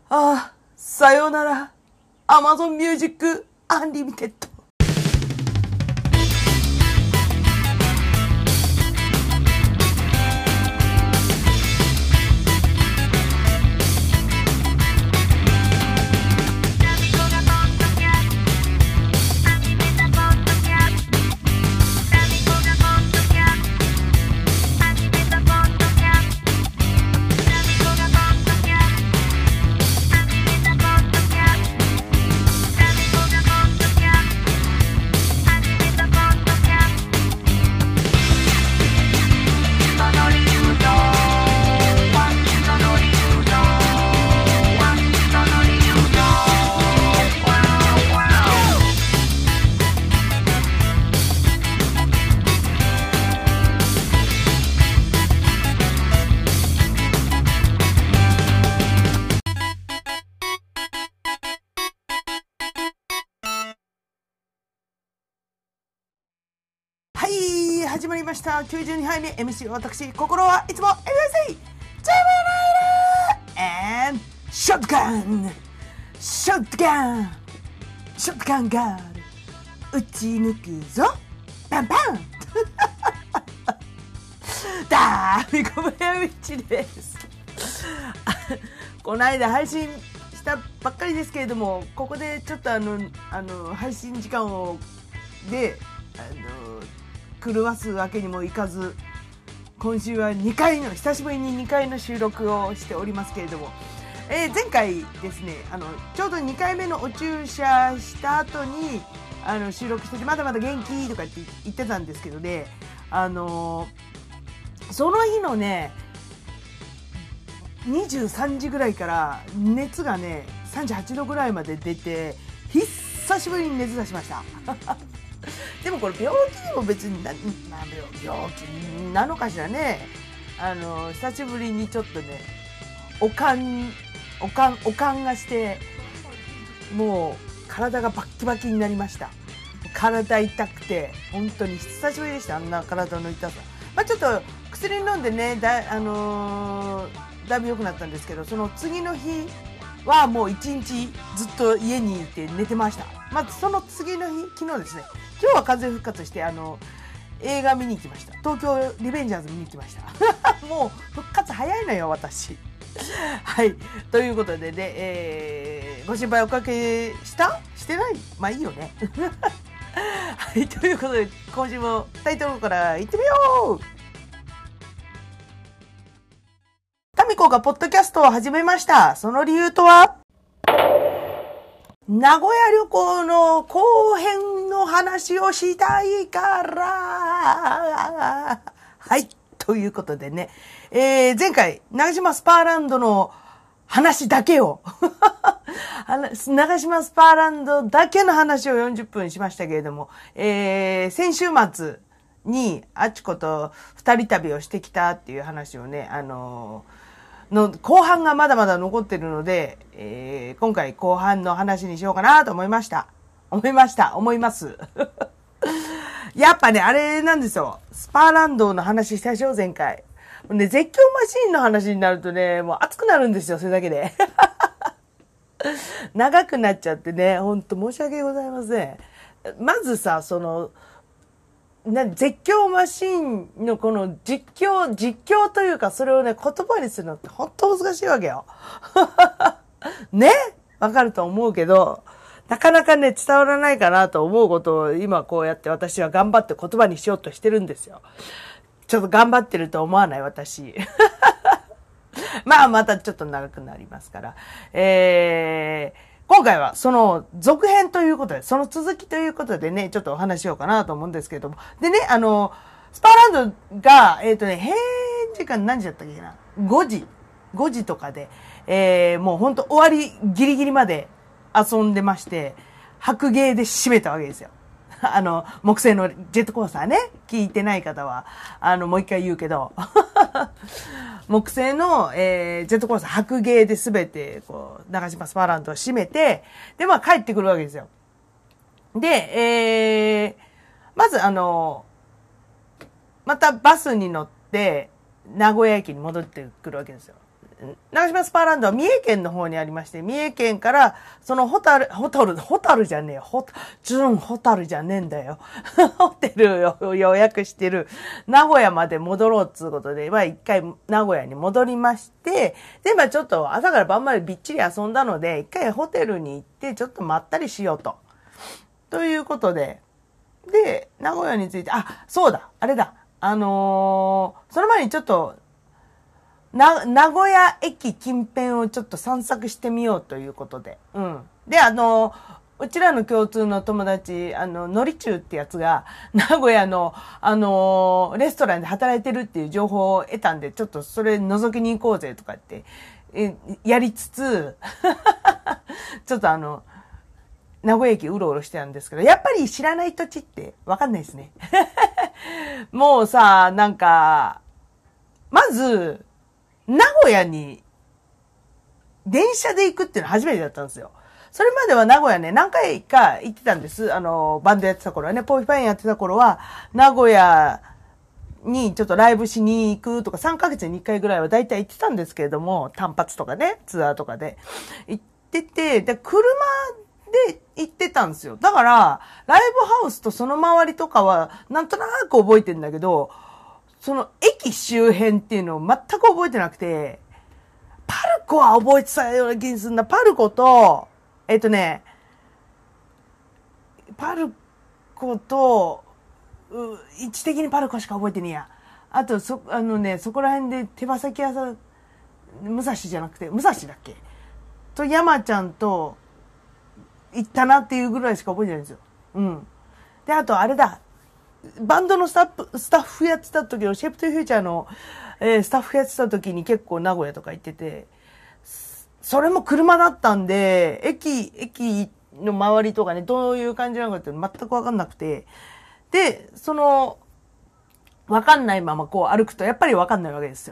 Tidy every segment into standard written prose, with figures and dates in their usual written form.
ああ、さようなら。Amazon Music Unlimited。はい、始まりました。92杯目 MC 私、心はいつも LSA ジャムライダー and ショットガンガール撃ち抜くぞパンパンだーみこぶやみちですこの間配信したばっかりですけれども、ここでちょっと配信時間をで狂わすわけにもいかず、今週は久しぶりに2回の収録をしておりますけれども、前回ですね、ちょうど2回目のお注射した後に収録してて、まだまだ元気とかって言ってたんですけどね、その日のね23時ぐらいから熱がね38度ぐらいまで出て、久しぶりに熱出しましたでもこれ病気にも別に病気なのかしらね。久しぶりにちょっとねおかんがして、もう体がバッキバキになりました。体痛くて本当に久しぶりでした。あんな体の痛さ、ちょっと薬飲んでねだいぶ良くなったんですけど、その次の日はもう一日ずっと家にいて寝てました。その次の日、昨日ですね、今日は完全復活して映画見に行きました。東京リベンジャーズ見に行きましたもう復活早いのよ私はい、ということでね、ご心配おかけしてないいいよねはい、ということで今週もタイトルからいってみよう。タミコがポッドキャストを始めました。その理由とは、名古屋旅行の後編の話をしたいからはい、ということでね、前回長島スパーランドの話だけを長島スパーランドだけの話を40分しましたけれども、先週末にあちこと二人旅をしてきたっていう話をね、の後半がまだまだ残ってるので、今回後半の話にしようかなと思います。やっぱね、あれなんですよ。スパーランドの話したでしょ、前回。ね、絶叫マシーンの話になるとね、もう熱くなるんですよ、それだけで。長くなっちゃってね、ほんと申し訳ございません。まずさ、絶叫マシーンのこの実況というか、それをね、言葉にするのって本当難しいわけよ。ね？わかると思うけど、なかなかね、伝わらないかなと思うことを今こうやって私は頑張って言葉にしようとしてるんですよ。ちょっと頑張ってると思わない私。またちょっと長くなりますから。今回はその続編ということで、その続きということでね、ちょっとお話しようかなと思うんですけれども。でね、スパーランドが、閉園時間何時だったっけな ?5 時とかで、もうほんと終わりギリギリまで遊んでまして、白芸で締めたわけですよ。木製のジェットコースターね、聞いてない方は、もう一回言うけど、木製の、ジェットコースター白芸で全て、長島スパーランドを閉めて、で、帰ってくるわけですよ。で、まずまたバスに乗って、名古屋駅に戻ってくるわけですよ。 長島スパーランドは三重県の方にありまして、三重県から、そのホタルじゃねえよ。ホタルじゃねえんだよ。ホテルを予約してる名古屋まで戻ろうっつうことで、一回名古屋に戻りまして、で、ちょっと朝から晩までびっちり遊んだので、一回ホテルに行ってちょっとまったりしようと。ということで、で、名古屋について、そうだ、あれだ。その前にちょっと、名古屋駅近辺をちょっと散策してみようということで。うん。で、うちらの共通の友達、のりちゅうってやつが、名古屋の、レストランで働いてるっていう情報を得たんで、ちょっとそれ覗きに行こうぜとかって、やりつつ、ちょっと名古屋駅うろうろしてたんですけど、やっぱり知らない土地ってわかんないですね。もうさ、なんか、まず、名古屋に電車で行くっていうのは初めてだったんですよ。それまでは名古屋ね、何回か行ってたんです。バンドやってた頃はね、ポーピパインやってた頃は、名古屋にちょっとライブしに行くとか、3ヶ月に1回ぐらいは大体行ってたんですけれども、単発とかね、ツアーとかで行ってて、で、車で行ってたんですよ。だから、ライブハウスとその周りとかは、なんとなく覚えてんだけど、その駅周辺っていうのを全く覚えてなくて、パルコは覚えてたような気がするんだ。パルコと、パルコと、位置的にパルコしか覚えてねえや。あと、そこら辺で手羽先屋さん、武蔵じゃなくて、武蔵だっけと、山ちゃんと、行ったなっていうぐらいしか覚えてないんですよ。うん。で、あと、あれだ。バンドのスタッフやってた時の、シェイプトゥフューチャーの、スタッフやってた時に結構名古屋とか行ってて、それも車だったんで、駅の周りとかね、どういう感じなのかって全くわかんなくて、で、わかんないままこう歩くと、やっぱりわかんないわけですよ。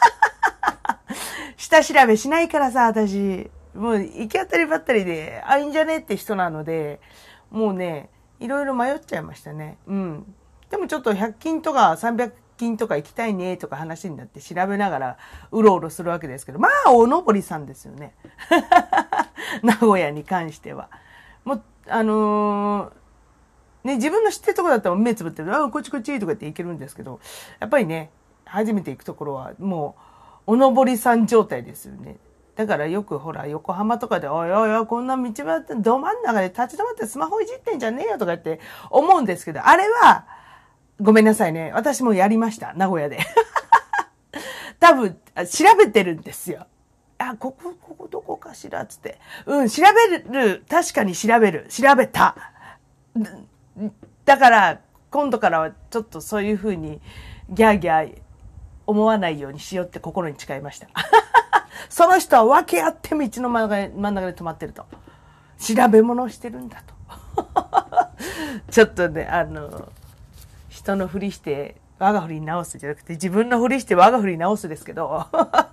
下調べしないからさ、私。もう行き当たりばったりで、いいんじゃねって人なので、もうね、いろいろ迷っちゃいましたね。うん。でもちょっと100均とか300均とか行きたいねとか話になって調べながらうろうろするわけですけど、おのぼりさんですよね。名古屋に関しては。もう、ね、自分の知ってるとこだったら目つぶってこっちこっちとかって行けるんですけど、やっぱりね、初めて行くところはもう、おのぼりさん状態ですよね。だからよくほら、横浜とかで、おいおいおい、こんな道端、ど真ん中で立ち止まってスマホいじってんじゃねえよとかって思うんですけど、あれは、ごめんなさいね。私もやりました。名古屋で。多分、調べてるんですよ。ここどこかしらつって。うん、調べる。確かに調べる。調べた。だから、今度からはちょっとそういう風にギャーギャー思わないようにしようって心に誓いました。その人は分け合って道の真ん中で止まってると。調べ物をしてるんだと。ちょっとね、人のふりして我がふりに直すじゃなくて、自分のふりして我がふりに直すですけど。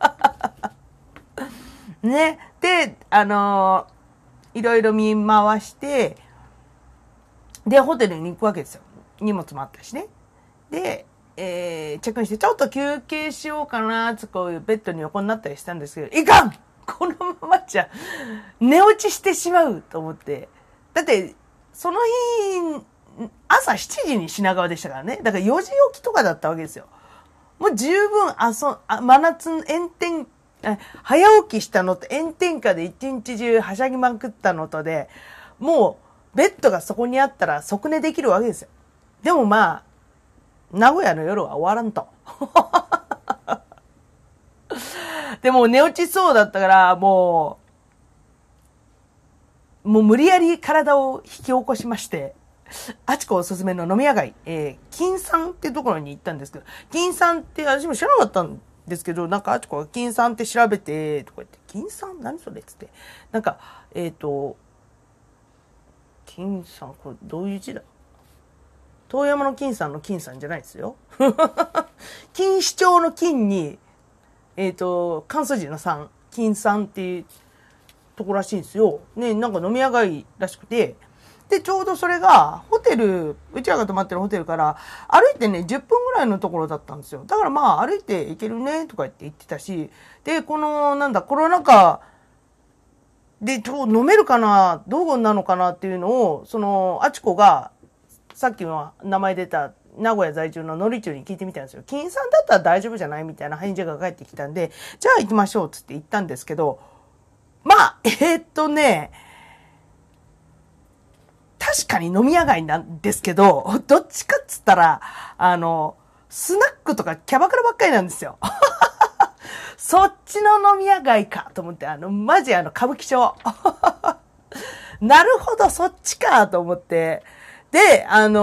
ね。で、いろいろ見回して、で、ホテルに行くわけですよ。荷物もあったしね。で、チェックインして、ちょっと休憩しようかなってこういうベッドに横になったりしたんですけど、いかんこのままじゃ寝落ちしてしまうと思って。だって、その日、朝7時に品川でしたからね。だから4時起きとかだったわけですよ。もう十分真夏の炎天、早起きしたのと炎天下で一日中はしゃぎまくったのとで、もうベッドがそこにあったら即寝できるわけですよ。でも名古屋の夜は終わらんと。でも寝落ちそうだったから、もう無理やり体を引き起こしまして、あちこおすすめの飲み屋街、金さんっていうところに行ったんですけど、金さんって私も知らなかったんですけど、なんかあちこが金さんって調べて、とか言って、金さん何それっつって。なんか、金さん、これどういう字だ？遠山の金さんの金さんじゃないですよ。錦糸町の金に、関数字の3、金さんっていうとこらしいんですよ。ね、なんか飲み屋街らしくて、 で、ちょうどそれが、ホテル、うちらが泊まってるホテルから、歩いてね、10分ぐらいのところだったんですよ。だからまあ、歩いて行けるね、とか言ってたし、で、この、コロナ禍で、飲めるかな、どうなのかなっていうのを、あちこが、さっきの名前出た、名古屋在住ののりちゅうに聞いてみたんですよ。金さんだったら大丈夫じゃないみたいな返事が返ってきたんで、じゃあ行きましょう、つって言ったんですけど、まあ、確かに飲み屋街なんですけど、どっちかっつったら、スナックとかキャバクラばっかりなんですよ。そっちの飲み屋街かと思って、マジ歌舞伎町。なるほど、そっちかと思って。で、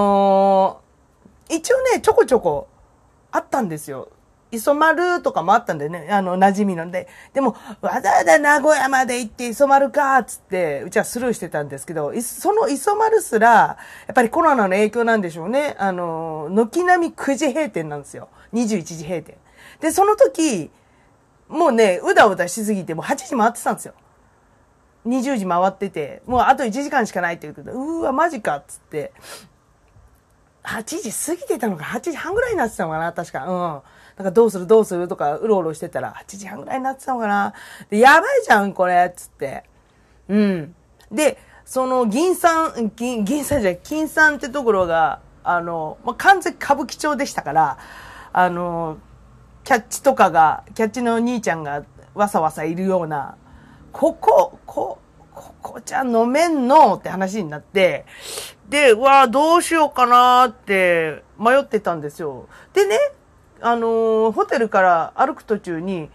一応ね、ちょこちょこあったんですよ。磯丸とかもあったんでね、馴染みので。でも、わざわざ名古屋まで行って磯丸か、つって、うちはスルーしてたんですけど、その磯丸すら、やっぱりコロナの影響なんでしょうね。軒並み9時閉店なんですよ。21時閉店。で、その時、もうね、うだうだしすぎて、もう8時回ってたんですよ。20時回ってて、もうあと1時間しかないって言うけど、うわ、マジか、つって。8時過ぎてたのか、8時半ぐらいになってたのかな、確か。うん。なんかどうするとか、うろうろしてたら、8時半ぐらいになってたのかな。で、やばいじゃん、これ、つって。うん。で、金さんってところが、完全歌舞伎町でしたから、キャッチの兄ちゃんがわさわさいるような、ここじゃ飲めんのって話になって、で、どうしようかなって迷ってたんですよ。でね、ホテルから歩く途中に、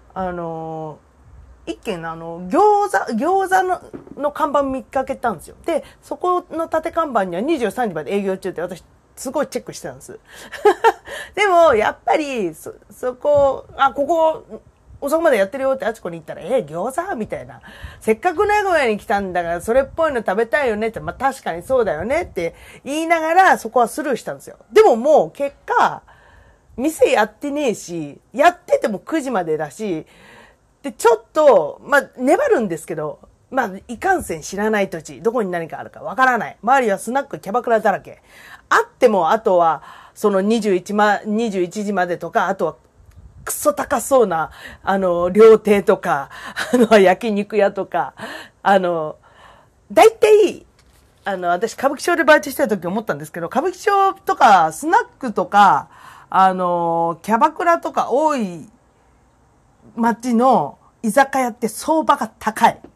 一軒餃子の看板見かけたんですよ。で、そこの縦看板には23時まで営業中って私、すごいチェックしてたんです。でも、やっぱり、ここ、遅くまでやってるよってあちこに行ったら、餃子みたいな。せっかく名古屋に来たんだから、それっぽいの食べたいよねって、まあ確かにそうだよねって言いながら、そこはスルーしたんですよ。でももう結果、店やってねえし、やってても9時までだし、で、ちょっと、まあ粘るんですけど、まあ、いかんせん知らない土地、どこに何かあるかわからない。周りはスナック、キャバクラだらけ。あっても、あとは、その21時までとか、あとは、クソ高そうな、料亭とか、焼肉屋とか、大体、私、歌舞伎町でバイトしてた時思ったんですけど、歌舞伎町とか、スナックとか、キャバクラとか多い街の居酒屋って相場が高い。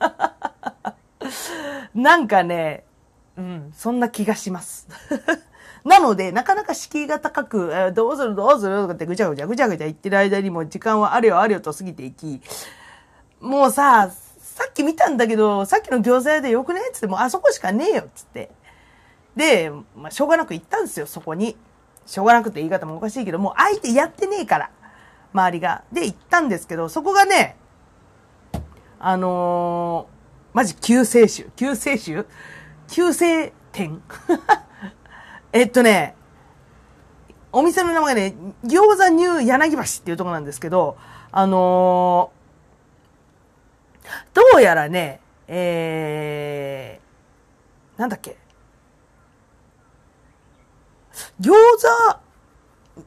なんかね、そんな気がします。なので、なかなか敷居が高く、どうするとかってぐちゃぐちゃ言ってる間にも時間はあれよと過ぎていき、もうさっき見たんだけど、さっきの餃子屋でよくねつっても、あそこしかねえよつって。で、まあ、しょうがなく行ったんですよ、そこに。しょうがなくって言い方もおかしいけど、もう相手やってねえから、周りが。で、行ったんですけど、そこがね、マジ救世店お店の名前がね、餃子ニュー柳橋っていうところなんですけど、どうやらね、なんだっけ、餃子、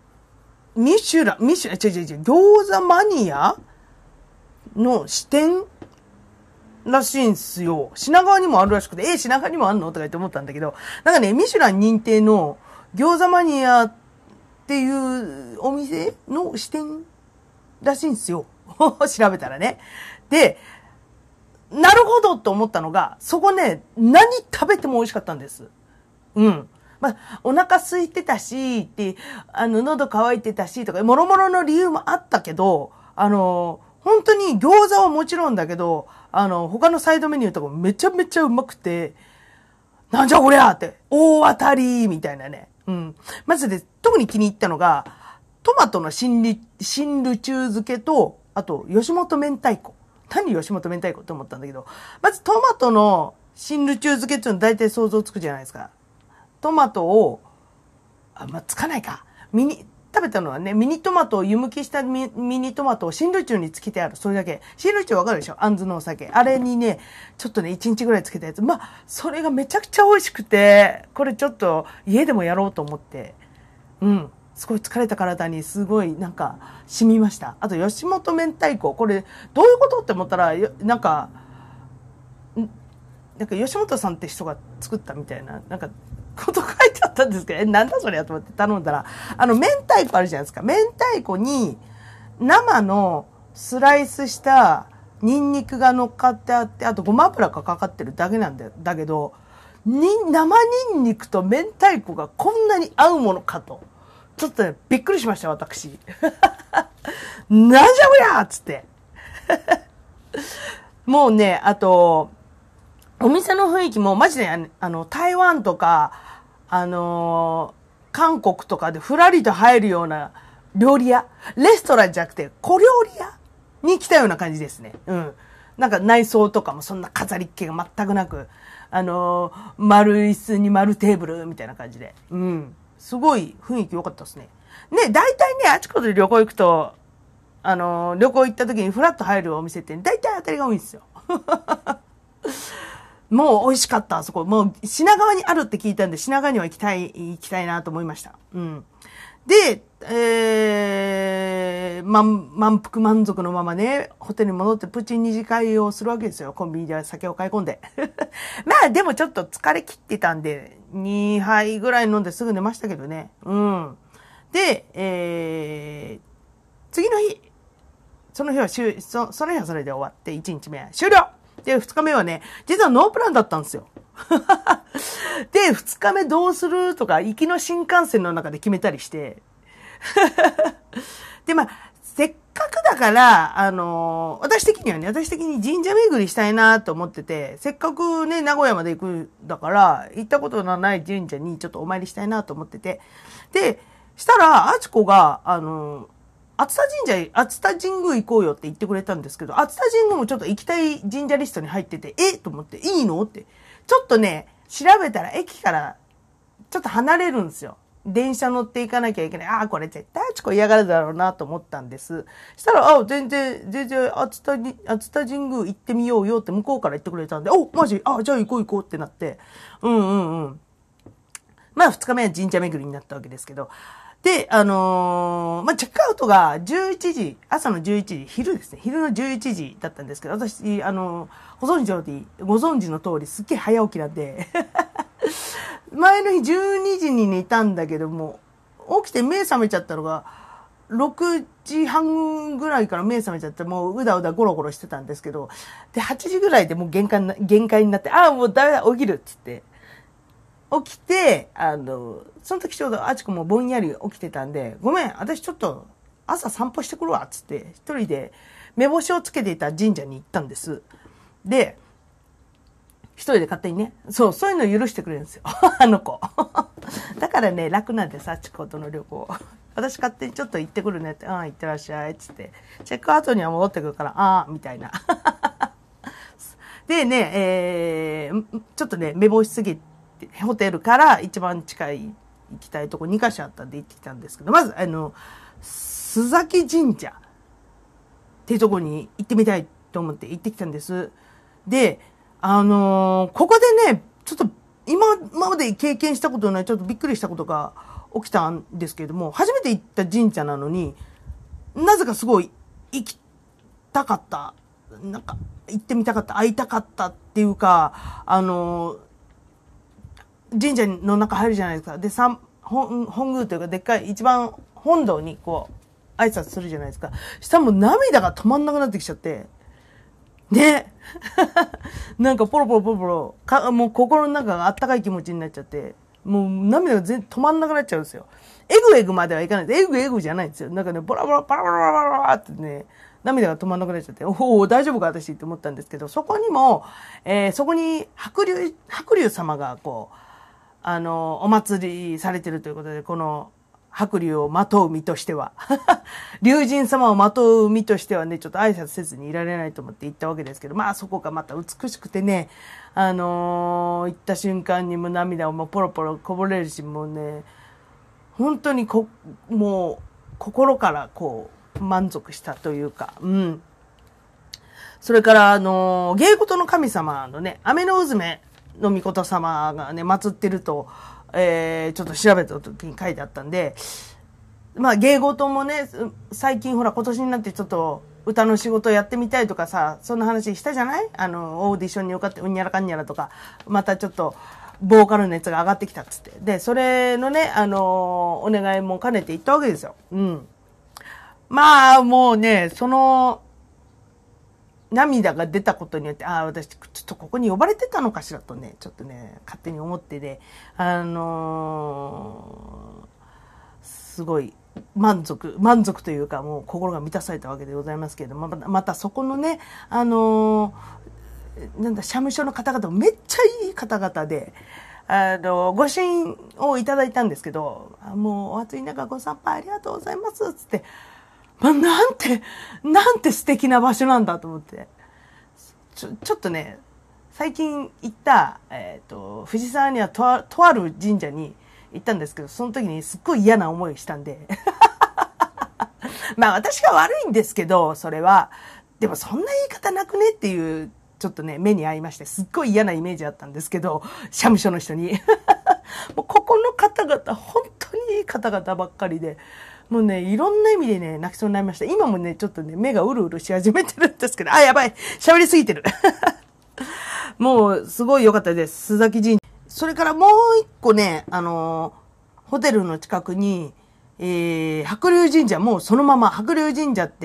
餃子マニアの支店らしいんすよ。品川にもあるらしくて、品川にもあんのとか言って思ったんだけど、なんかね、ミシュラン認定の餃子マニアっていうお店の支店らしいんすよ。調べたらね。で、なるほどと思ったのが、そこね、何食べても美味しかったんです。うん。まあ、お腹空いてたし、って、喉乾いてたし、とか、もろもろの理由もあったけど、本当に餃子はもちろんだけど、他のサイドメニューとかもめちゃめちゃうまくて、なんじゃこりゃって、大当たりみたいなね。うん。まずで、特に気に入ったのが、トマトの新ルチュー漬けと、あと、吉本明太子。何吉本明太子って思ったんだけど、まずトマトの新ルチュー漬けっていうの大体想像つくじゃないですか。トマトを、まあ、つかないか。 食べたのはね、ミニトマトを湯むきしたミニトマトを新類中につけてある。それだけ。新類中わかるでしょ？あんずのお酒。あれにね、ちょっとね、1日ぐらいつけたやつ。まあ、それがめちゃくちゃ美味しくて、これちょっと家でもやろうと思って、うん。すごい疲れた体にすごいなんか染みました。あと、吉本明太子。これ、どういうことって思ったら、なんか吉本さんって人が作ったみたいな、なんか、こと書いてあったんですけど、なんだそれやと思って頼んだら、明太子あるじゃないですか。明太子に生のスライスしたニンニクが乗っかってあって、あとごま油がかかってるだけなんだよ。だけど、生ニンニクと明太子がこんなに合うものかと。ちょっとね、びっくりしました、私。なんじゃこりゃーっつって。もうね、あと、お店の雰囲気もマジで台湾とか、韓国とかでふらりと入るような料理屋、レストランじゃなくて小料理屋に来たような感じですね。うん。なんか内装とかもそんな飾りっ気が全くなく、丸椅子に丸テーブルみたいな感じで。うん。すごい雰囲気良かったですね。ね、大体ね、あちこちで旅行行くと、旅行行った時にフラッと入るお店って大体当たりが多いんですよ。もう美味しかった、あそこ。もう品川にあるって聞いたんで、品川には行きたいなと思いました。うん。で、満腹満足のままね、ホテルに戻ってプチ二次会をするわけですよ。コンビニで酒を買い込んで。まあでもちょっと疲れ切ってたんで、2杯ぐらい飲んですぐ寝ましたけどね。うん。で、次の日、その日はそれで終わって、1日目は終了。で、2日目はね、実はノープランだったんですよ。で、2日目どうするとか、行きの新幹線の中で決めたりして。で、まあ、せっかくだから、私的に神社巡りしたいなと思ってて、せっかくね、名古屋まで行くんだから、行ったことのない神社にちょっとお参りしたいなと思ってて。で、したら、あちこが、熱田神宮行こうよって言ってくれたんですけど、熱田神宮もちょっと行きたい神社リストに入ってて、と思って、いいのって。ちょっとね、調べたら駅からちょっと離れるんですよ。電車乗っていかなきゃいけない。ああ、これ絶対あちこ嫌がるだろうなと思ったんです。したら、全然、熱田神宮行ってみようよって向こうから言ってくれたんで、マジじゃあ行こうってなって。まあ、2日目は神社巡りになったわけですけど、で、チェックアウトが11時、朝の11時、昼ですね。昼の11時だったんですけど、私、ご存知の通り、すっげえ早起きなんで、前の日12時に寝たんだけども、起きて目覚めちゃったのが、6時半ぐらいから目覚めちゃって、もううだうだゴロゴロしてたんですけど、で、8時ぐらいでもう限界になって、もうダメだ、起きるっつって。起きて、その時ちょうどあちこもぼんやり起きてたんで、ごめん、私ちょっと朝散歩してくるわ、つって、一人で目星をつけていた神社に行ったんです。で、一人で勝手にね、そういうの許してくれるんですよ。あの子。だからね、楽なんです、あちことの旅行。私勝手にちょっと行ってくるねって、行ってらっしゃい、つって。チェックアウトには戻ってくるから、みたいな。でね、ちょっとね、目星すぎて、ホテルから一番近い行きたいとこ2カ所あったんで行ってきたんですけど、まず、須崎神社っていうとこに行ってみたいと思って行ってきたんです。で、ここでね、ちょっと今まで経験したことない、ちょっとびっくりしたことが起きたんですけれども、初めて行った神社なのに、なぜかすごい行きたかった。なんか、行ってみたかった。会いたかったっていうか、神社の中入るじゃないですか。で、本宮というか、でっかい、一番本堂にこう、挨拶するじゃないですか。したらもう涙が止まんなくなってきちゃって。ね。なんかポロポロ、もう心の中があったかい気持ちになっちゃって、もう涙が止まんなくなっちゃうんですよ。エグまではいかないです。エグじゃないんですよ。なんかね、パラパラってね、涙が止まんなくなっちゃって、大丈夫か私って思ったんですけど、そこにも、そこに白龍様がこう、お祭りされてるということで、この白龍をまとう身としては、龍神様をまとう身としてはね、ちょっと挨拶せずにいられないと思って行ったわけですけど、まあそこがまた美しくてね、行った瞬間にも涙をもうポロポロこぼれるし、もうね、 本当にもう、心から満足したというか、うん。それから、芸事の神様のね、雨のうずめの御事様がね、祀ってると、ちょっと調べた時に書いてあったんで、まあ、芸事もね、最近ほら、今年になってちょっと、歌の仕事やってみたいとかさ、そんな話したじゃない？オーディションに受かって、うんにゃらかんにゃらとか、またちょっと、ボーカル熱が上がってきたっつって。で、それのね、お願いも兼ねて行ったわけですよ。うん。まあ、もうね、涙が出たことによって、私、ちょっとここに呼ばれてたのかしらとね、ちょっとね、勝手に思ってね、すごい、満足というか、もう心が満たされたわけでございますけれども、またそこのね、社務所の方々もめっちゃいい方々で、ご支援をいただいたんですけど、もうお暑い中ご参拝ありがとうございます、つって、なんて素敵な場所なんだと思って。ちょっとね、最近行った、藤沢にはとある神社に行ったんですけど、その時にすっごい嫌な思いしたんで。まあ私が悪いんですけど、それは。でもそんな言い方なくねっていう、ちょっとね、目に合いまして、すっごい嫌なイメージあったんですけど、社務所の人に。もうここの方々、本当にいい方々ばっかりで、もうね、いろんな意味でね、泣きそうになりました。今もね、ちょっとね、目がうるうるし始めてるんですけど、やばい喋りすぎてるもう、すごい良かったです。須崎神社。それからもう一個ね、ホテルの近くに、白龍神社、もうそのまま、白龍神社って、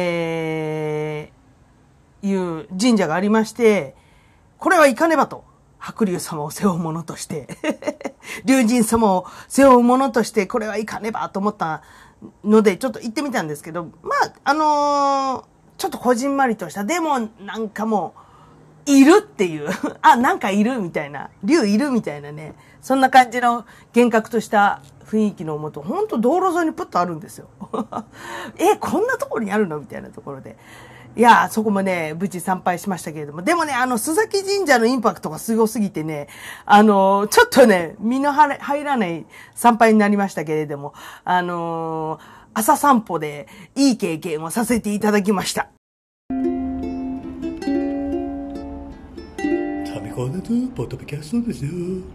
いう神社がありまして、これは行かねばと。白龍様を背負うものとして、龍神様を背負うものとして、これはいかねばと思ったので、ちょっと行ってみたんですけど、まあ、ちょっとこじんまりとした、でもなんかもう、いるっていう、なんかいるみたいな、龍いるみたいなね、そんな感じの厳格とした雰囲気のもと、ほんと道路沿いにプッとあるんですよ。こんなところにあるのみたいなところで。いや、そこもね、無事参拝しましたけれども。でもね、須崎神社のインパクトがすごすぎてね、ちょっとね、身の入らない参拝になりましたけれども、朝散歩でいい経験をさせていただきました。 タミコネとポッドキャストですよ。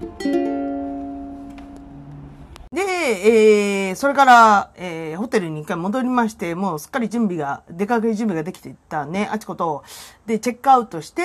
で、それから、ホテルに一回戻りまして、もうすっかり出かける準備ができていったね、あちこと。で、チェックアウトして、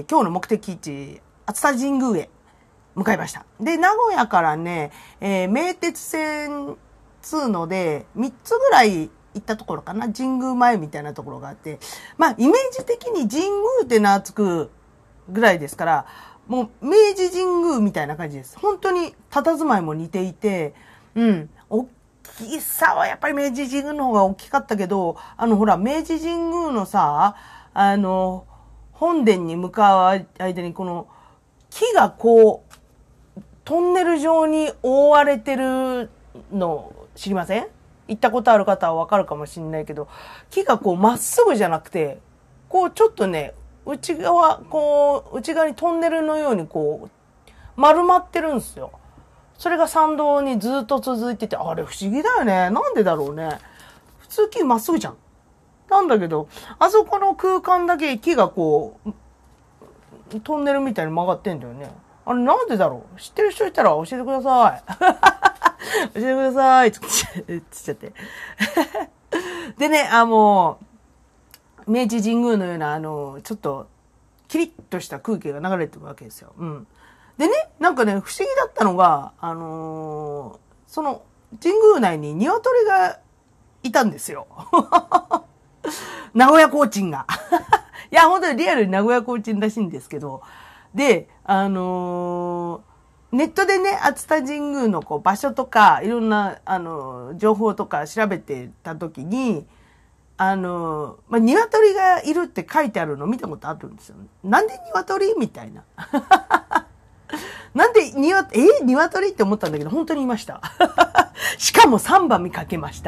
今日の目的地、熱田神宮へ向かいました。で、名古屋からね、名鉄線通ので、3つぐらい行ったところかな、神宮前みたいなところがあって、まあ、イメージ的に神宮って名つくぐらいですから、もう、明治神宮みたいな感じです。本当に、佇まいも似ていて、うん。大きさはやっぱり明治神宮の方が大きかったけど、ほら、明治神宮のさ、本殿に向かう間に、この、木がトンネル状に覆われてるの、知りません？行ったことある方はわかるかもしれないけど、木がまっすぐじゃなくて、ちょっとね、内側にトンネルのように丸まってるんですよ。それが参道にずっと続いてて、あれ不思議だよね。なんでだろうね。普通木まっすぐじゃん。なんだけど、あそこの空間だけ木がトンネルみたいに曲がってんだよね。あれなんでだろう。知ってる人いたら教えてください。教えてください。つっちゃって。でね、もう、明治神宮のような、ちょっと、キリッとした空気が流れてるわけですよ。うん。でね、なんかね、不思議だったのが、その、神宮内に鶏がいたんですよ。名古屋コーチンが。いや、本当にリアルに名古屋コーチンらしいんですけど、で、ネットでね、熱田神宮の場所とか、いろんな、情報とか調べてたときに、鶏がいるって書いてあるの見たことあるんですよ。なんで鶏みたいな。なんで鶏って思ったんだけど、本当にいました。しかも3番見かけました。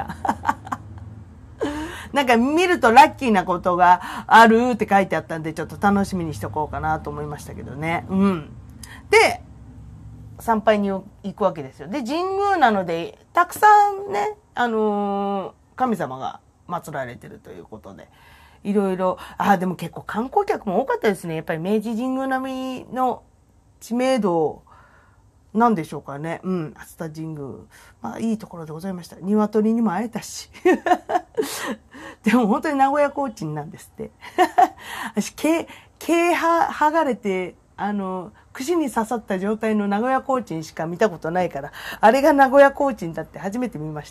なんか見るとラッキーなことがあるって書いてあったんで、ちょっと楽しみにしとこうかなと思いましたけどね。うん。で、 参拝に行くわけですよ。で、神宮なので、たくさんね、神様が祀られてるということで、いろいろ、でも結構観光客も多かったですね。やっぱり明治神宮並みの知名度なんでしょうかね。熱田神宮。いいところでございました。鶏にも会えたし。でも本当に名古屋コーチンなんですって。私、毛剥がれて、串に刺さった状態の名古屋コーチンしか見たことないから、あれが名古屋コーチンだって初めて見ました。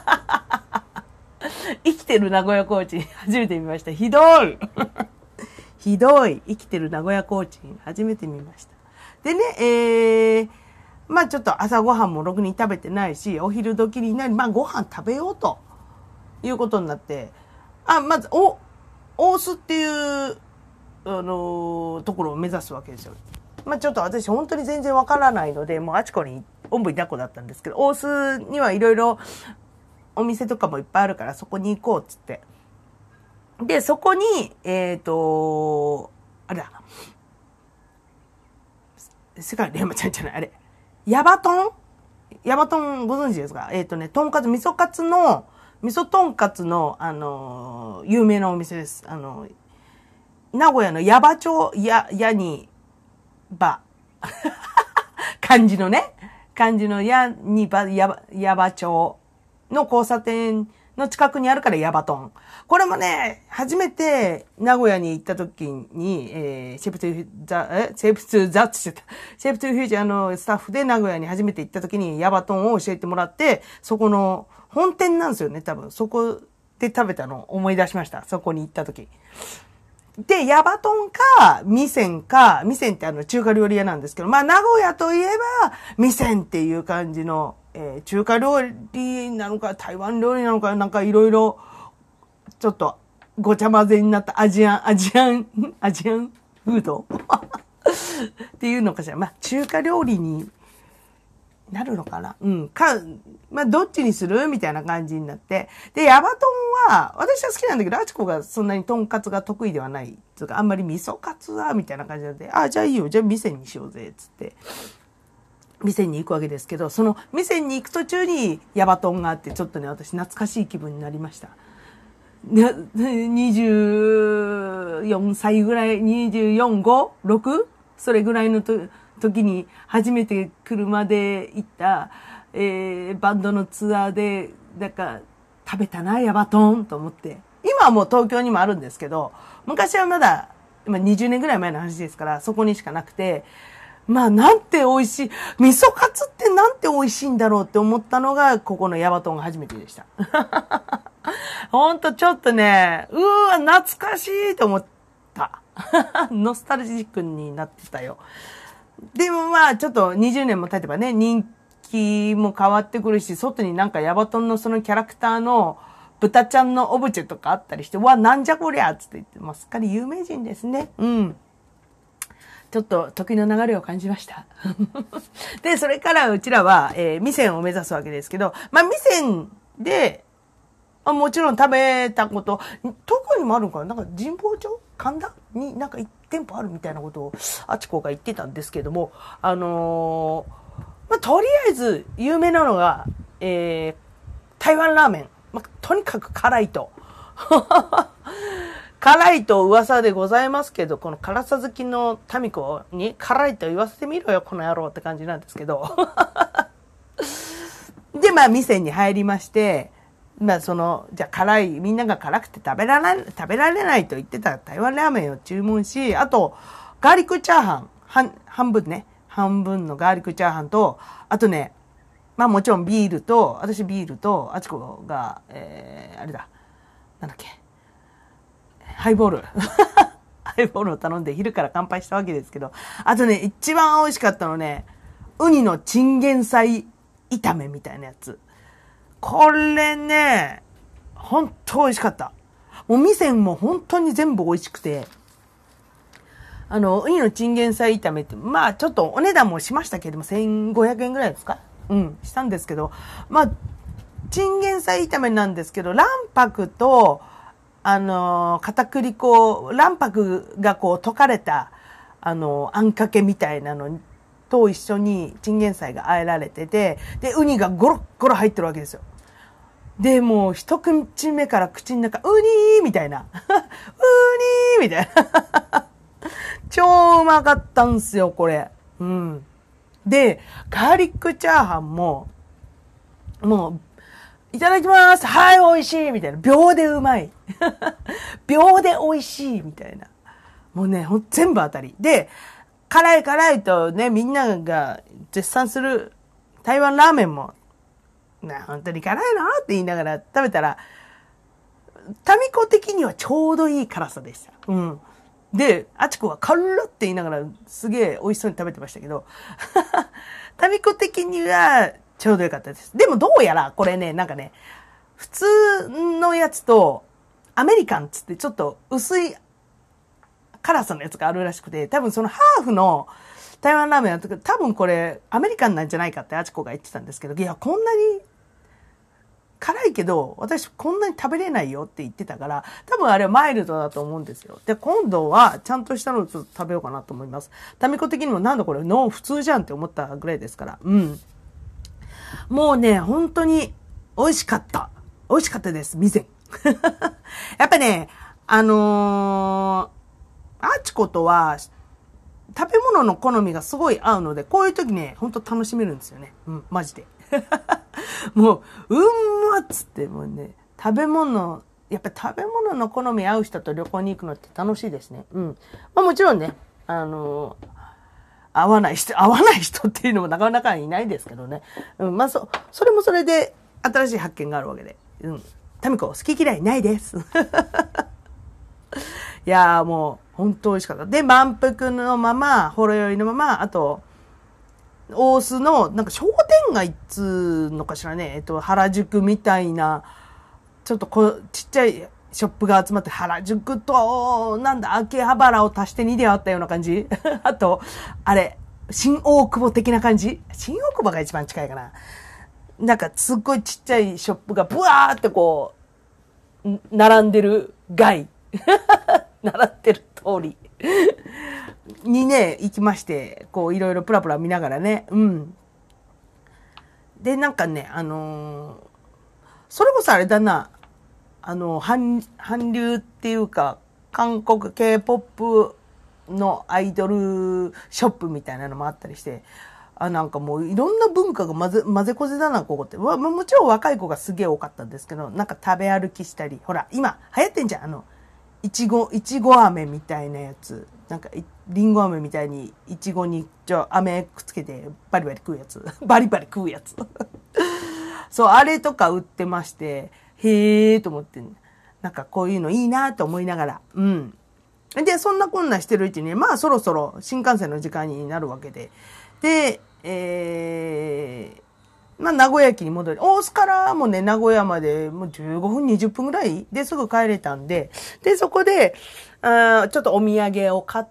生きてる名古屋コーチン初めて見ました。ひどいひどい。生きてる名古屋コーチン初めて見ました。でね、ちょっと朝ごはんもろくに食べてないし、お昼時になり、ご飯食べようということになって、まず、大須っていう、ところを目指すわけですよ。ちょっと私本当に全然わからないので、もうあちこにおんぶに抱っこだったんですけど、大須にはいろいろお店とかもいっぱいあるからそこに行こうっつって。で、そこに、あれだ。世界の山ちゃんじゃない、あれ。ヤバトンご存知ですか？とんかつ、味噌とんかつの、有名なお店です。名古屋の矢場町、矢に、漢字の矢に矢場町の交差点の近くにあるからヤバトン。これもね、初めて名古屋に行った時に、シェイプトゥーザって言ってた。シェイプトゥーフューチャーのスタッフで名古屋に初めて行った時にヤバトンを教えてもらって、そこの本店なんですよね、多分。そこで食べたのを思い出しました。そこに行った時。で、ヤバトンか、味仙って中華料理屋なんですけど、名古屋といえば、味仙っていう感じの、中華料理なのか、台湾料理なのか、なんかいろいろ、ちょっと、ごちゃ混ぜになったアジアンフードっていうのかしら。中華料理になるのかな。どっちにするみたいな感じになって。で、ヤバトンは、私は好きなんだけど、あちこがそんなにトンカツが得意ではない。つうか、あんまり味噌カツは、みたいな感じで、じゃあいいよ、じゃあ店にしようぜ、つって。店に行くわけですけど、その店に行く途中にヤバトンがあって、ちょっとね、私懐かしい気分になりました。24歳ぐらい、24、5、6? それぐらいの時に初めて車で行った、バンドのツアーで、食べたな、ヤバトンと思って。今はもう東京にもあるんですけど、昔はまだ、20年ぐらい前の話ですから、そこにしかなくて、なんて美味しい。味噌カツってなんて美味しいんだろうって思ったのが、ここのヤバトンが初めてでした。ほんとちょっとね、懐かしいと思った。ノスタルジックになってたよ。でもちょっと20年も経てばね、人気も変わってくるし、外になんかヤバトンのそのキャラクターの豚ちゃんのオブジェとかあったりして、なんじゃこりゃつって言って、すっかり有名人ですね。ちょっと時の流れを感じました。で、それからうちらは、味仙を目指すわけですけど、味仙で、もちろん食べたこと、どこにもあるのかな？なんか神保町神田になんか1店舗あるみたいなことをあちこが言ってたんですけども、とりあえず有名なのが、台湾ラーメン。とにかく辛いと。辛いと噂でございますけど、この辛さ好きの民子に辛いと言わせてみろよ、この野郎って感じなんですけど。で、店に入りまして、じゃあ辛い、みんなが辛くて食べられないと言ってた台湾ラーメンを注文し、あと、ガーリックチャーハン、半分のガーリックチャーハンと、あとね、もちろんビールと、私ビールと、あちこが、あれだ、なんだっけ、ハイボール。ハイボールを頼んで昼から乾杯したわけですけど、あとね、一番美味しかったのね、ウニのチンゲン菜炒めみたいなやつ。これね、ほんと美味しかった。もう店も本当に全部美味しくて、ウニのチンゲン菜炒めって、ちょっとお値段もしましたけども、1500円ぐらいですか？したんですけど、チンゲン菜炒めなんですけど、卵白と、片栗粉、卵白がこう溶かれた、あんかけみたいなのと一緒にチンゲン菜が和えられてて、で、ウニがゴロッゴロ入ってるわけですよ。で、もう一口目から口の中、ウニーみたいな。ウニーみたいな。超うまかったんすよ、これ。うん。で、ガーリックチャーハンも、もう、いただきます。はい、美味しいみたいな。秒でうまい。秒で美味しいみたいな。もうね、全部当たり。で、辛いとね、みんなが絶賛する台湾ラーメンも、本当に辛いなって言いながら食べたら、タミコ的にはちょうどいい辛さでした。うん。で、あちこは辛って言いながらすげえ美味しそうに食べてましたけど、タミコ的にはちょうどよかったです。でもどうやらこれね、なんかね、普通のやつとアメリカンつってちょっと薄い辛さのやつがあるらしくて、多分そのハーフの台湾ラーメンは多分これアメリカンなんじゃないかってあちこが言ってたんですけど、いや、こんなに辛いけど、私こんなに食べれないよって言ってたから、多分あれはマイルドだと思うんですよ。で、今度はちゃんとしたのをちょっと食べようかなと思います。タミコ的にもなんだこれ、普通じゃんって思ったぐらいですから。うん。もうね、本当に美味しかった。美味しかったです、未然。やっぱね、あちことは、食べ物の好みがすごい合うので、こういう時ね、ほんと楽しめるんですよね。うん、マジで。もう、まっつって、もうね、やっぱり食べ物の好み合う人と旅行に行くのって楽しいですね。うん。まあもちろんね、合わない人っていうのもなかなかいないですけどね。うん、まあそれもそれで新しい発見があるわけで。うん。タミコ、好き嫌いないです。いやーもう、本当美味しかった。で、満腹のまま、ほろ酔いのまま、あと、大須の、なんか商店街っつうのかしらね、原宿みたいな、ちょっとちっちゃいショップが集まって、原宿と、秋葉原を足して2であったような感じあと、あれ、新大久保的な感じ新大久保が一番近いかな。なんか、すっごいちっちゃいショップがブワーってこう、並んでる街。並ってる通りにね、行きまして、こういろいろプラプラ見ながらね、うん。で、なんかね、それこそあれだな、韓流っていうか、韓国 K-POP のアイドルショップみたいなのもあったりして、なんかもういろんな文化が混ぜこぜだな、ここって。もちろん若い子がすげえ多かったんですけど、なんか食べ歩きしたり、ほら、今流行ってんじゃん、いちご飴みたいなやつ。なんか、りんご飴みたいに、いちごに、飴くっつけて、バリバリ食うやつ。バリバリ食うやつ。そう、あれとか売ってまして、へーと思って、なんかこういうのいいなと思いながら。うん。で、そんなこんなしてるうちに、まあそろそろ新幹線の時間になるわけで。で、まあ、名古屋駅に戻り、大須からもね、名古屋までもう15分、20分ぐらいですぐ帰れたんで、で、そこで、ちょっとお土産を買って、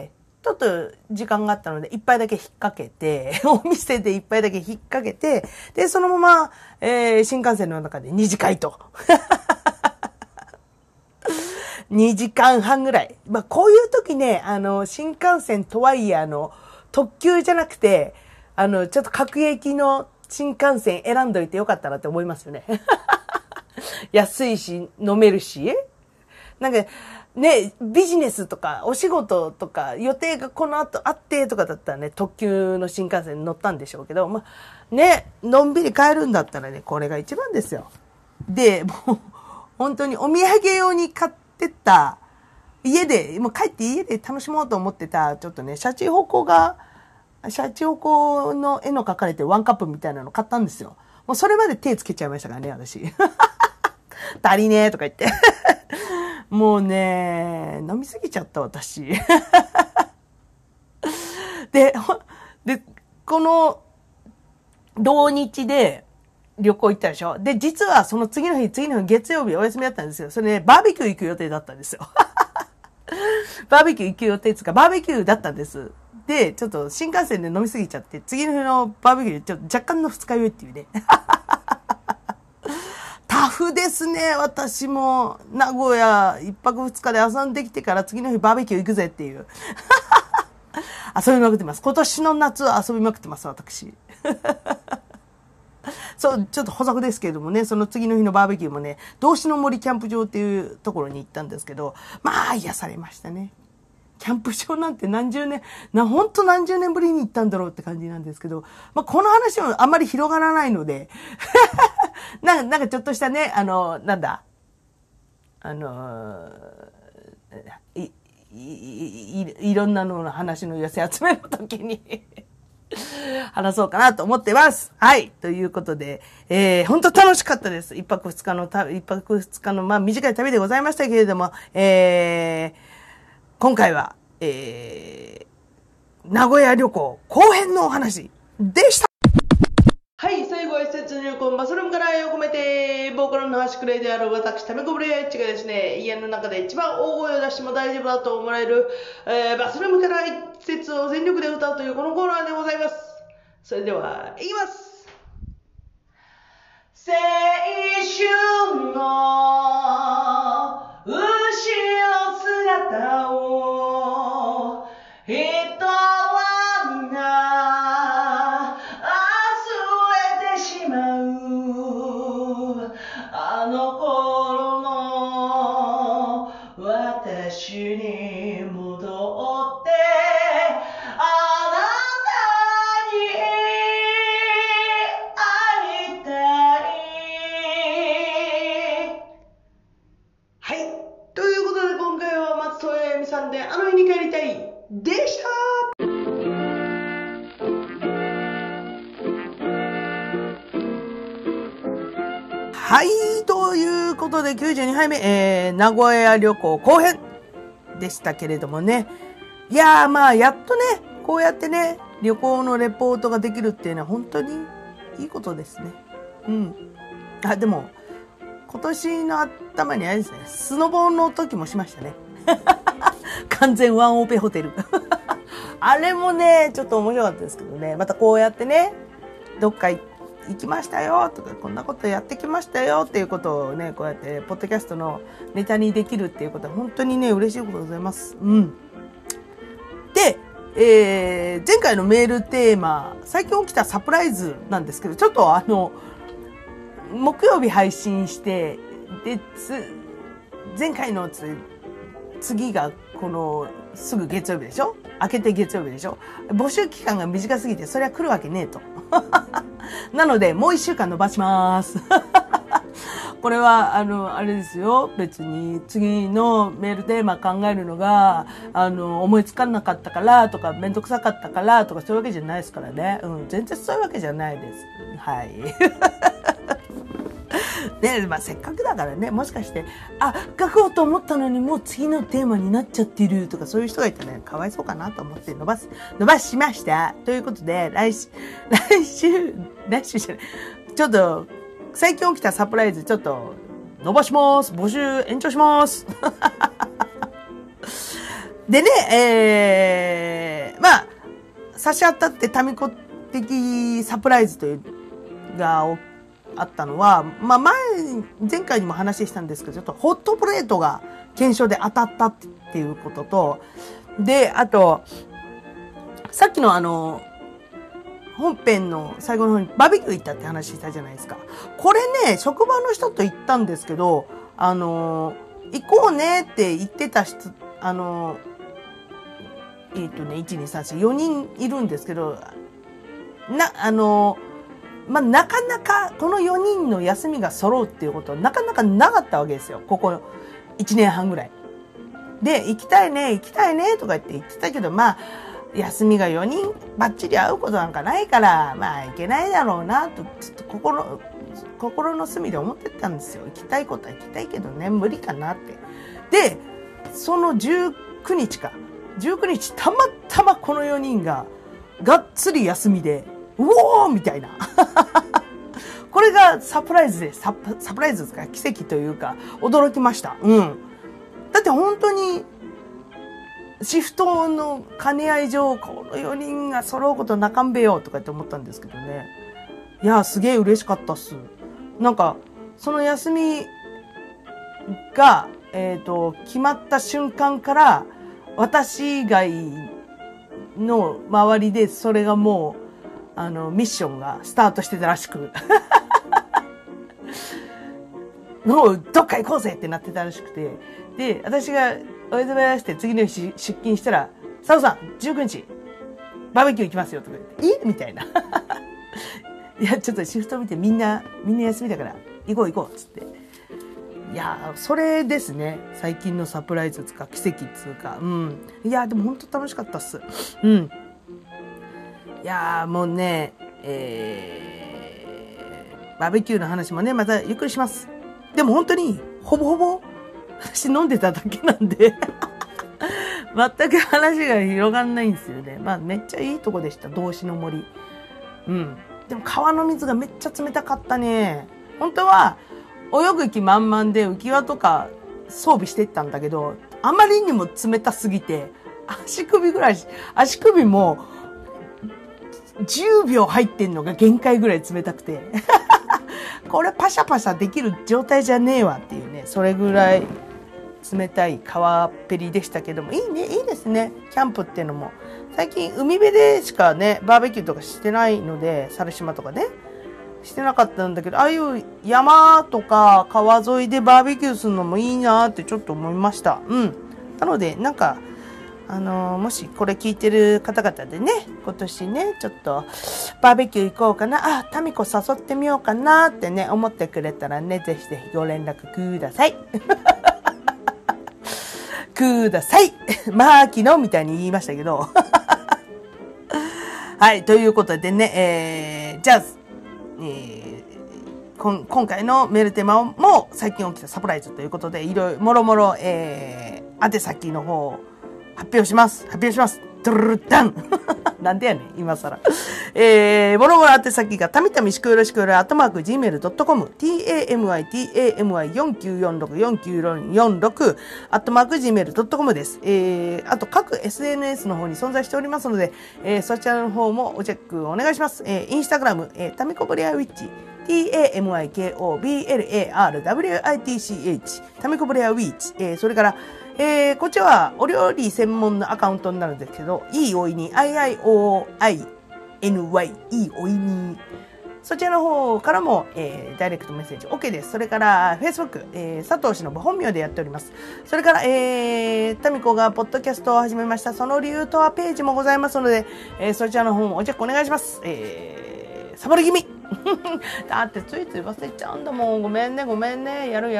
ちょっと時間があったので、一杯だけ引っ掛けて、お店で一杯だけ引っ掛けて、で、そのまま、新幹線の中で2次会と。2時間半ぐらい。まあ、こういう時ね、新幹線とはいえ、特急じゃなくて、ちょっと各駅の新幹線選んどいてよかったなって思いますよね。安いし、飲めるし。なんか、ね、ビジネスとか、お仕事とか、予定がこの後あってとかだったらね、特急の新幹線に乗ったんでしょうけど、まあ、ね、のんびり帰るんだったらね、これが一番ですよ。で、もう、本当にお土産用に買ってた、もう帰って家で楽しもうと思ってた、ちょっとね、シャチホコの絵の描かれてるワンカップみたいなの買ったんですよ。もうそれまで手つけちゃいましたからね、私。足りねえとか言って。もうね、飲みすぎちゃった、私。で、この、同日で旅行行ったでしょ。で、実はその次の日月曜日お休みだったんですよ。それね、バーベキュー行く予定だったんですよ。バーベキュー行く予定っていうか、バーベキューだったんです。で、ちょっと新幹線で飲みすぎちゃって、次の日のバーベキュー、ちょっと若干の二日酔いっていうね。タフですね、私も。名古屋一泊二日で遊んできてから次の日バーベキュー行くぜっていう。 遊びまくってます。今年の夏遊びまくってます、私。そう、ちょっと補足ですけれどもね、その次の日のバーベキューもね、道志の森キャンプ場っていうところに行ったんですけど、まあ、癒されましたね。キャンプ場なんて本当何十年ぶりに行ったんだろうって感じなんですけど、まあ、この話もあんまり広がらないので、なんかちょっとしたね、いろんなの話の寄せ集めの時に話そうかなと思ってます。はい。ということで、本当楽しかったです。一泊二日の、まあ短い旅でございましたけれども、今回は、名古屋旅行後編のお話でした。はい、最後は施設入魂バスルームから愛を込めて、ボーカルの端くれである私、タメコブレアイチがですね、家の中で一番大声を出しても大丈夫だと思われる、バスルームから一節を全力で歌うというこのコーナーでございます。それでは、いきます。青春の後ろ姿を人は皆忘れてしまうあの頃の私に戻ってあなたに会いたい。はい。ということで今回は松任谷由実さんであの日に帰りたいでした。はい。ということで92杯目、名古屋旅行後編でしたけれどもね。いやーまあやっとね、こうやってね、旅行のレポートができるっていうのは本当にいいことですね。うん。あ、でも、今年の頭にあれですね、スノボの時もしましたね。完全ワンオペホテル。あれもね、ちょっと面白かったですけどね。またこうやってね、どっか行きましたよとか、こんなことやってきましたよっていうことをね、こうやってポッドキャストのネタにできるっていうことは本当にね、嬉しいことでございます。うん。で、前回のメールテーマ、最近起きたサプライズなんですけど、ちょっと木曜日配信して、で、前回の次がすぐ月曜日でしょ？明けて月曜日でしょ？募集期間が短すぎて、それは来るわけねえと。なので、もう1週間伸ばします。これは、あれですよ。別に、次のメールテーマ考えるのが、思いつかなかったからとか、めんどくさかったからとか、そういうわけじゃないですからね。うん、全然そういうわけじゃないです。はい。ね、まあ、せっかくだからね、もしかして、書こうと思ったのにもう次のテーマになっちゃってるとか、そういう人がいたらね、かわいそうかなと思って伸ばしました。ということで、来週じゃない。ちょっと、最近起きたサプライズ、ちょっと、伸ばします。募集延長します。でね、まあ、差し当たってタミコ的サプライズという、があったのは、まあ前回にも話したんですけど、ちょっとホットプレートが検証で当たったっていうことと、で、あと、さっきの本編の最後の方にバーベキュー行ったって話したじゃないですか。これね、職場の人と行ったんですけど、行こうねって言ってた人、1、2、3、4、4人いるんですけど、まあ、なかなかこの4人の休みが揃うっていうことはなかなかなかったわけですよ。ここ1年半ぐらい。で、行きたいねとか言ってたけど、まあ、休みが4人バッチリ会うことなんかないから、まあ、行けないだろうなと、ちょっと心の隅で思ってたんですよ。行きたいことは行きたいけどね、無理かなって。で、その19日、たまたまこの4人が、がっつり休みで、うおーみたいな。これがサプライズです。サプライズですか？奇跡というか、驚きました。うん。だって本当に、シフトの兼ね合い上、この4人が揃うことなかんべよとかって思ったんですけどね。いや、すげえ嬉しかったっす。なんか、その休みが、決まった瞬間から、私以外の周りでそれがもうミッションがスタートしてたらしくもうどっか行こうぜってなってたらしくて、で私がおやすみなして次の日出勤したら、佐藤さん19日バーベキュー行きますよとか言って、みたいないやちょっとシフト見てみんな休みだから行こうっつって、いやそれですね、最近のサプライズつか奇跡っつうか、いやでも本当楽しかったっす。いやもうね、バーベキューの話もねまたゆっくりします。でも本当にほぼほぼ私飲んでただけなんで全く話が広がんないんですよね。まあめっちゃいいとこでした、道志の森。でも川の水がめっちゃ冷たかったね。本当は泳ぐ気満々で浮き輪とか装備してったんだけど、あまりにも冷たすぎて足首も10秒入ってんのが限界ぐらい冷たくてこれパシャパシャできる状態じゃねえわっていうね、それぐらい冷たい川っぺりでしたけども、いいですね、キャンプっていうのも。最近海辺でしかねバーベキューとかしてないので、猿島とかねしてなかったんだけど、ああいう山とか川沿いでバーベキューするのもいいなってちょっと思いました。なのでなんかもしこれ聞いてる方々でね、今年ねちょっとバーベキュー行こうかな、タミコ誘ってみようかなってね思ってくれたらね、ぜひぜひご連絡くださいくださいマーキノみたいに言いましたけどはい、ということでね、じゃあ、今回のメールテーマも最近起きたサプライズということで、いろいろもろもろ宛先の方を発表します。ドルルダンなんでやねん今更。もろもろ宛先がたみたみしくよろしくよろ@gmail.com tamity49464946@gmail.com です。あと各 SNS の方に存在しておりますので、そちらの方もおチェックお願いします。インスタグラム、タミコブレアウィッチTAMIKOBLARWITCH タミコブレアウィッチ、それからこっちはお料理専門のアカウントになるんですけど、いいおいに IIOINY いいおいに、そちらの方からも、ダイレクトメッセージ OK です。それから Facebook、佐藤氏の本名でやっております。それから、タミコがポッドキャストを始めましたその理由とはページもございますので、そちらの方もおチェックお願いします。サボり気味だってついつい忘れちゃうんだもん。ごめんねやる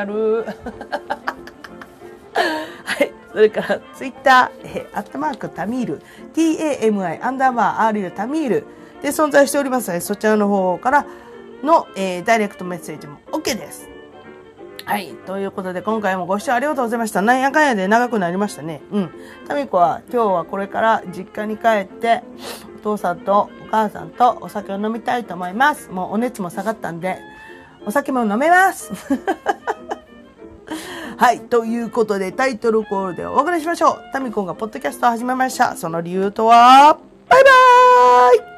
はい、それからツイッター、@タミール TAMI_RU タミールで存在しておりますので、そちらの方からの、ダイレクトメッセージも OK です。はい、ということで今回もご視聴ありがとうございました。なんやかんやで長くなりましたね。タミコは今日はこれから実家に帰ってお父さんとお母さんとお酒を飲みたいと思います。もうお熱も下がったんでお酒も飲めますはい。ということで、タイトルコールでお別れしましょう。タミコがポッドキャストを始めました。その理由とは、バイバーイ。